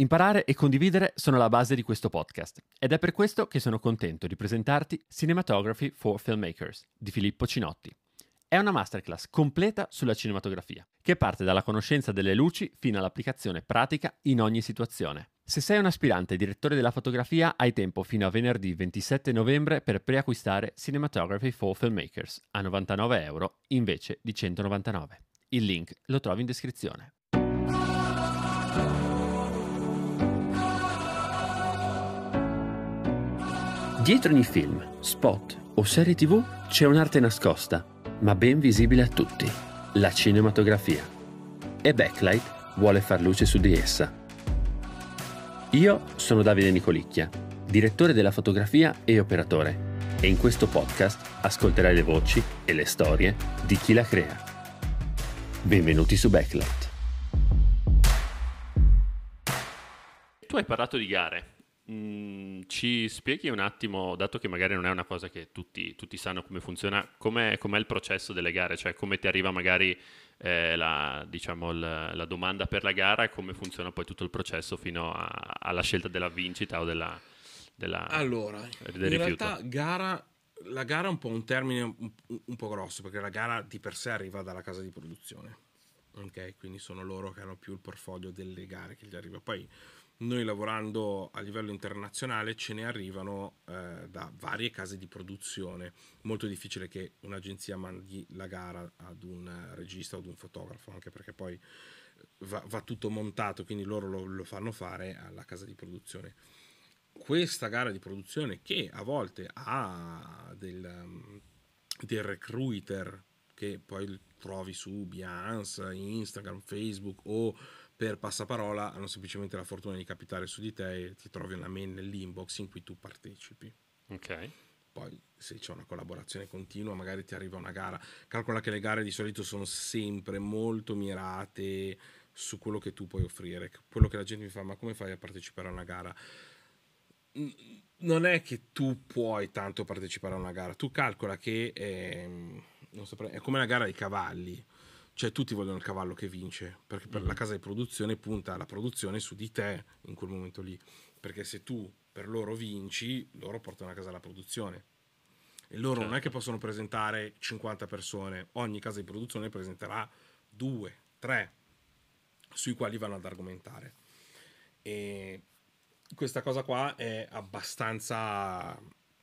Imparare e condividere sono la base di questo podcast ed è per questo che sono contento di presentarti Cinematography for Filmmakers di Filippo Cinotti. È una masterclass completa sulla cinematografia, che parte dalla conoscenza delle luci fino all'applicazione pratica in ogni situazione. Se sei un aspirante direttore della fotografia, hai tempo fino a venerdì 27 novembre per preacquistare Cinematography for Filmmakers a €99 invece di 199. Il link lo trovi in descrizione. Dietro ogni film, spot o serie TV c'è un'arte nascosta, ma ben visibile a tutti: la cinematografia. E Backlight vuole far luce su di essa. Io sono Davide Nicolicchia, direttore della fotografia e operatore, e in questo podcast ascolterai le voci e le storie di chi la crea. Benvenuti su Backlight. Tu hai parlato di gare. Ci spieghi un attimo, dato che magari non è una cosa che tutti sanno come funziona, com'è il processo delle gare, cioè come ti arriva magari la domanda per la gara e come funziona poi tutto il processo fino alla scelta della vincita o del Allora, rifiuto. in realtà la gara è un po' un termine un po' grosso, perché la gara di per sé arriva dalla casa di produzione, ok? Quindi sono loro che hanno più il portfolio delle gare che gli arriva. Poi noi, lavorando a livello internazionale, ce ne arrivano da varie case di produzione. Molto difficile che un'agenzia mandi la gara ad un regista o ad un fotografo, anche perché poi va tutto montato, quindi loro lo fanno fare alla casa di produzione. Questa gara di produzione, che a volte ha del recruiter che poi trovi su Behance, Instagram, Facebook o per passaparola, hanno semplicemente la fortuna di capitare su di te e ti trovi una mail nell'inbox in cui tu partecipi. Ok. Poi se c'è una collaborazione continua magari ti arriva una gara. Calcola che le gare di solito sono sempre molto mirate su quello che tu puoi offrire. Quello che la gente mi fa: ma come fai a partecipare a una gara? Non è che tu puoi tanto partecipare a una gara. Tu calcola che è come una gara di cavalli. Cioè tutti vogliono il cavallo che vince, perché per la casa di produzione punta la produzione su di te in quel momento lì, perché se tu per loro vinci, loro portano a casa la produzione e loro non è che possono presentare 50 persone, ogni casa di produzione presenterà 2, 3 sui quali vanno ad argomentare. E questa cosa qua è abbastanza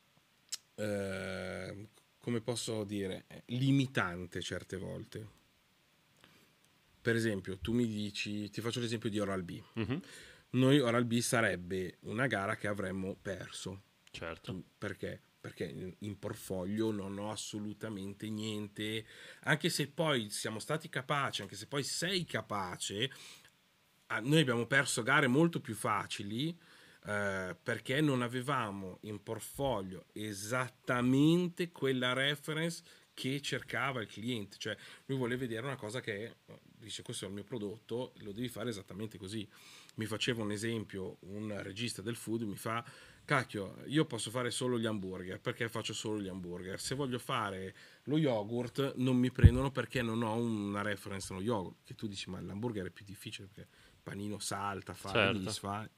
come posso dire, limitante certe volte. Per esempio, tu mi dici, ti faccio l'esempio di Oral-B. Noi Oral-B sarebbe una gara che avremmo perso. Certo. Perché? Perché in portfolio non ho assolutamente niente, anche se poi siamo stati capaci, anche se poi sei capace, noi abbiamo perso gare molto più facili perché non avevamo in portfolio esattamente quella reference che cercava il cliente. Cioè lui voleva vedere una cosa che dice: questo è il mio prodotto, lo devi fare esattamente così. Mi faceva un esempio un regista del food, mi fa: cacchio, io posso fare solo gli hamburger perché faccio solo gli hamburger. Se voglio fare lo yogurt non mi prendono perché non ho una reference allo yogurt. Che tu dici: ma l'hamburger è più difficile perché il panino salta, fa, Certo. disfa.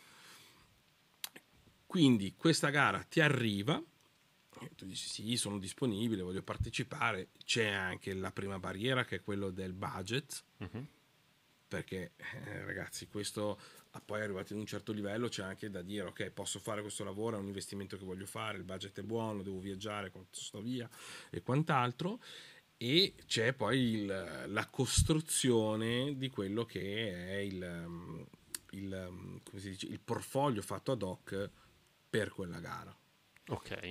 Quindi questa gara ti arriva, tu dici: sì, sono disponibile, voglio partecipare. C'è anche la prima barriera, che è quello del budget, perché ragazzi, questo poi arrivati ad un certo livello c'è anche da dire: ok, posso fare questo lavoro, è un investimento che voglio fare, il budget è buono, devo viaggiare, quanto sto via e quant'altro. E c'è poi la costruzione di quello che è come si dice, il portfolio fatto ad hoc per quella gara. Ok.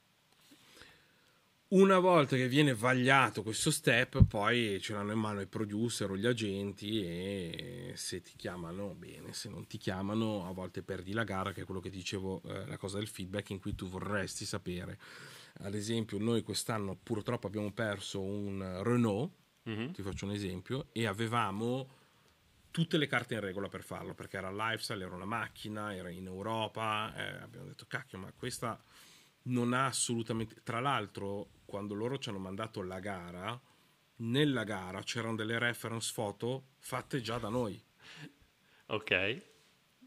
Una volta che viene vagliato questo step, poi ce l'hanno in mano i producer o gli agenti, e se ti chiamano bene, se non ti chiamano a volte perdi la gara, che è quello che dicevo, la cosa del feedback, in cui tu vorresti sapere. Ad esempio, noi quest'anno purtroppo abbiamo perso un Renault, ti faccio un esempio, e avevamo tutte le carte in regola per farlo, perché era lifestyle, era una macchina, era in Europa, abbiamo detto: cacchio, ma questa non ha assolutamente. Tra l'altro, quando loro ci hanno mandato la gara, nella gara c'erano delle reference foto fatte già da noi. Ok.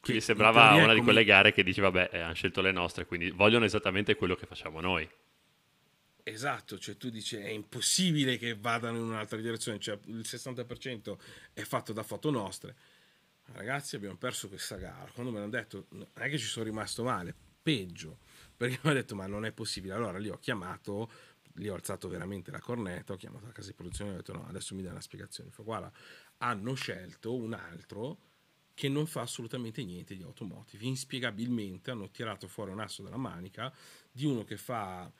Quindi che in sembrava teoria è una di quelle come... gare che dici, vabbè, hanno scelto le nostre, quindi vogliono esattamente quello che facciamo noi. Esatto, cioè tu dici è impossibile che vadano in un'altra direzione, cioè il 60% è fatto da foto nostre. Ragazzi, abbiamo perso questa gara. Quando me l'hanno detto, non è che ci sono rimasto male, peggio, perché mi hanno detto ma non è possibile. Allora lì ho chiamato, lì ho alzato veramente la cornetta, ho chiamato la casa di produzione e ho detto no, adesso mi dai una spiegazione. Fa, guarda, hanno scelto un altro che non fa assolutamente niente di automotive. Inspiegabilmente hanno tirato fuori un asso dalla manica di uno che fa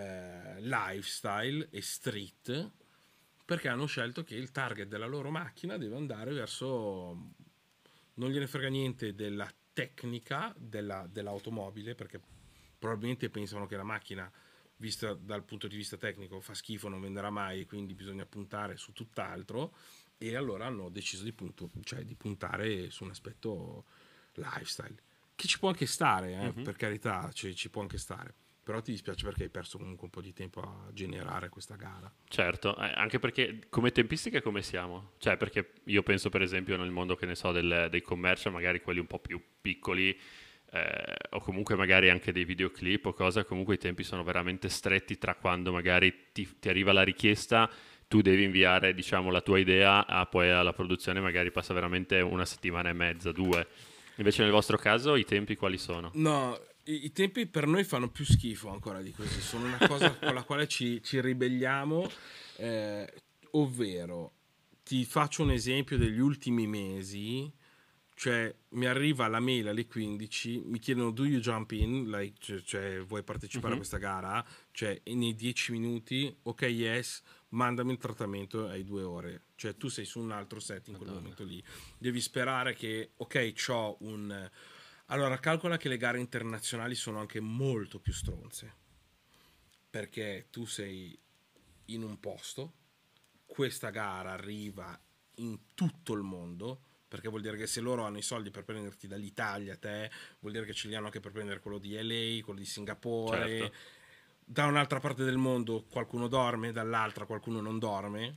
lifestyle e street, perché hanno scelto che il target della loro macchina deve andare verso, non gliene frega niente della tecnica dell'automobile, perché probabilmente pensano che la macchina vista dal punto di vista tecnico fa schifo, non venderà mai, quindi bisogna puntare su tutt'altro, e allora hanno deciso di puntare su un aspetto lifestyle, che ci può anche stare, Mhm. per carità, ci può anche stare, però ti dispiace perché hai perso comunque un po' di tempo a generare questa gara. Certo, anche perché come tempistiche come siamo? Cioè, perché io penso per esempio nel mondo che ne so dei commercial, magari quelli un po' più piccoli, o comunque magari anche dei videoclip o cosa, comunque i tempi sono veramente stretti tra quando magari ti arriva la richiesta, tu devi inviare, diciamo, la tua idea, poi alla produzione magari passa veramente una settimana e mezza, due. Invece nel vostro caso i tempi quali sono? No, i tempi per noi fanno più schifo ancora di così, sono una cosa con la quale ci ribelliamo, eh, ovvero ti faccio un esempio degli ultimi mesi, cioè mi arriva la mail alle 15, mi chiedono do you jump in, like, cioè vuoi partecipare a Mhm. questa gara, cioè e nei 10 minuti, ok yes, mandami il trattamento ai 2 ore, cioè tu sei su un altro set in quel Madonna. momento lì, devi sperare che ok c'ho un... Allora calcola che le gare internazionali sono anche molto più stronze, perché tu sei in un posto, questa gara arriva in tutto il mondo, perché vuol dire che se loro hanno i soldi per prenderti dall'Italia, te, vuol dire che ce li hanno anche per prendere quello di LA, quello di Singapore. Certo. Da un'altra parte del mondo qualcuno dorme, dall'altra qualcuno non dorme.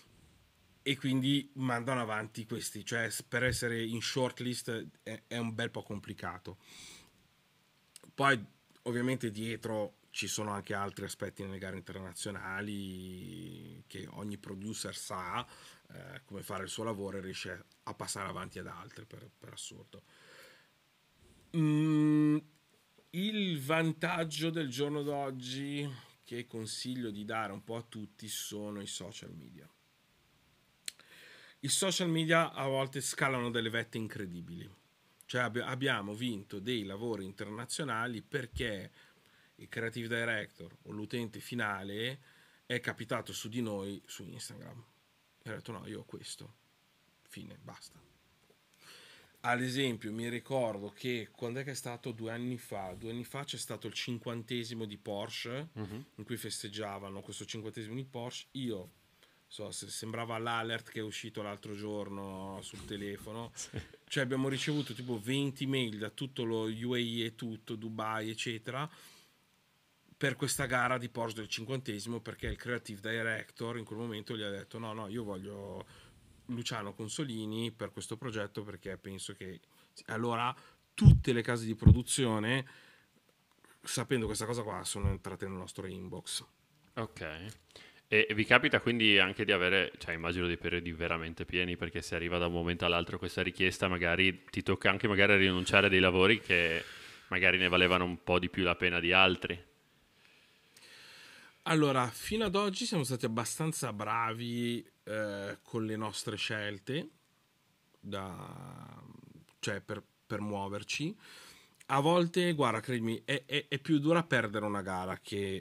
E quindi mandano avanti questi, cioè per essere in shortlist è un bel po' complicato. Poi ovviamente dietro ci sono anche altri aspetti nelle gare internazionali che ogni producer sa come fare il suo lavoro e riesce a passare avanti ad altri per assurdo. Mm, il vantaggio del giorno d'oggi che consiglio di dare un po' a tutti sono i social media. I social media a volte scalano delle vette incredibili. Cioè abbiamo vinto dei lavori internazionali perché il creative director o l'utente finale è capitato su di noi su Instagram e ha detto no, io ho questo, fine, basta. Ad esempio mi ricordo che quando è che è stato 2 anni fa c'è stato il 50° di Porsche Mhm. in cui festeggiavano questo 50° di Porsche. Io sembrava l'alert che è uscito l'altro giorno sul telefono, Sì. cioè abbiamo ricevuto tipo 20 mail da tutto lo UAE e tutto, Dubai eccetera, per questa gara di Porsche del 50° perché il creative director in quel momento gli ha detto no no io voglio Luciano Consolini per questo progetto perché penso che allora tutte le case di produzione, sapendo questa cosa qua, sono entrate nel nostro inbox. Ok. E vi capita quindi anche di avere, cioè immagino dei periodi veramente pieni, perché se arriva da un momento all'altro questa richiesta, magari ti tocca anche magari rinunciare a dei lavori che magari ne valevano un po' di più la pena di altri. Allora, fino ad oggi siamo stati abbastanza bravi con le nostre scelte, da, cioè per muoverci. A volte, guarda, credimi, è più dura perdere una gara che...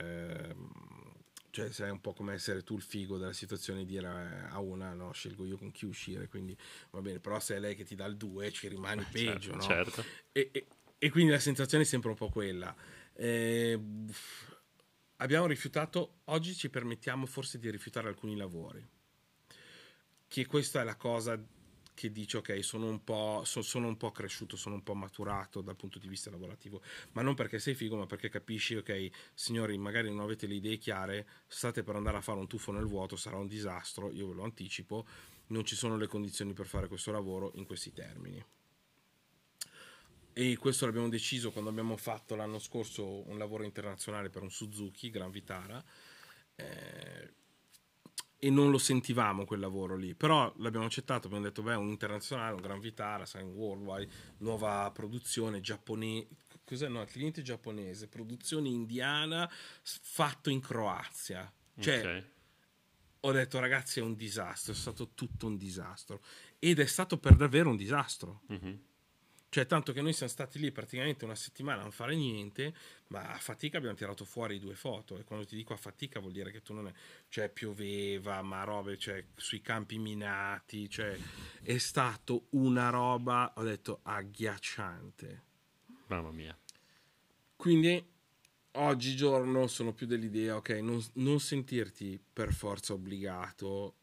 cioè, sei un po' come essere tu il figo della situazione e dire a una, no, scelgo io con chi uscire, quindi va bene, però se è lei che ti dà il 2 ci rimani peggio, no? Certo. E quindi la sensazione è sempre un po' quella. Eh, abbiamo rifiutato, oggi ci permettiamo forse di rifiutare alcuni lavori, che questa è la cosa che dice ok sono un po' cresciuto, sono un po' maturato dal punto di vista lavorativo, ma non perché sei figo ma perché capisci ok signori magari non avete le idee chiare, state per andare a fare un tuffo nel vuoto, sarà un disastro, io ve lo anticipo, non ci sono le condizioni per fare questo lavoro in questi termini. E questo l'abbiamo deciso quando abbiamo fatto l'anno scorso un lavoro internazionale per un Suzuki Gran Vitara, e non lo sentivamo quel lavoro lì, però l'abbiamo accettato, abbiamo detto beh, un internazionale, un Gran Vitara, sai, un worldwide, nuova produzione giapponese, cos'è? No, cliente giapponese, produzione indiana, fatto in Croazia, cioè Ok. ho detto ragazzi è un disastro, è stato tutto un disastro, ed è stato per davvero un disastro. Mhm. Cioè, tanto che noi siamo stati lì praticamente una settimana a non fare niente, ma a fatica abbiamo tirato fuori 2 foto. E quando ti dico a fatica vuol dire che tu non è... Cioè, pioveva, ma robe, cioè, sui campi minati, cioè, è stato una roba, ho detto, agghiacciante. Mamma mia. Quindi, oggigiorno sono più dell'idea, ok, non sentirti per forza obbligato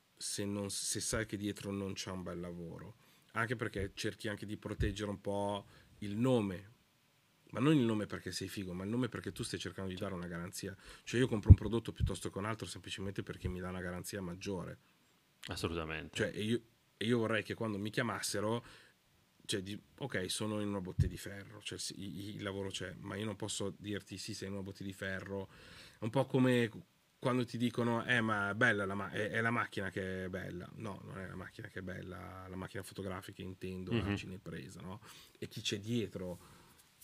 se sai che dietro non c'è un bel lavoro. Anche perché cerchi anche di proteggere un po' il nome, ma non il nome perché sei figo, ma il nome perché tu stai cercando di dare una garanzia. Cioè io compro un prodotto piuttosto che un altro semplicemente perché mi dà una garanzia maggiore. Assolutamente. Cioè e io vorrei che quando mi chiamassero, cioè ok, sono in una botte di ferro, cioè il lavoro c'è, ma io non posso dirti sì, sei in una botte di ferro. È un po' come quando ti dicono ma è bella è la macchina che è bella. No, non è la macchina che è bella, la macchina fotografica intendo, la Mhm. cinepresa, no? E chi c'è dietro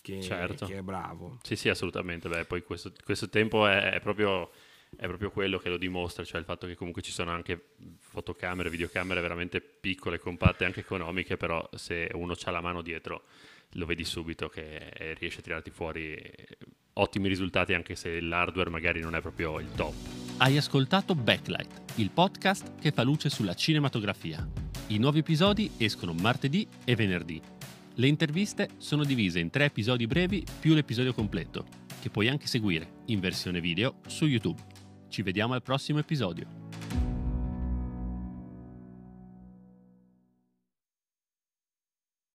che Certo. è bravo. Sì, sì, assolutamente. Beh, poi questo tempo è proprio quello che lo dimostra, cioè il fatto che comunque ci sono anche fotocamere, videocamere veramente piccole, compatte, anche economiche, però se uno c'ha la mano dietro lo vedi subito che riesce a tirarti fuori ottimi risultati anche se l'hardware magari non è proprio il top. Hai ascoltato Backlight, il podcast che fa luce sulla cinematografia. I nuovi episodi escono martedì e venerdì. Le interviste sono divise in 3 episodi brevi più l'episodio completo, che puoi anche seguire in versione video su YouTube. Ci vediamo al prossimo episodio.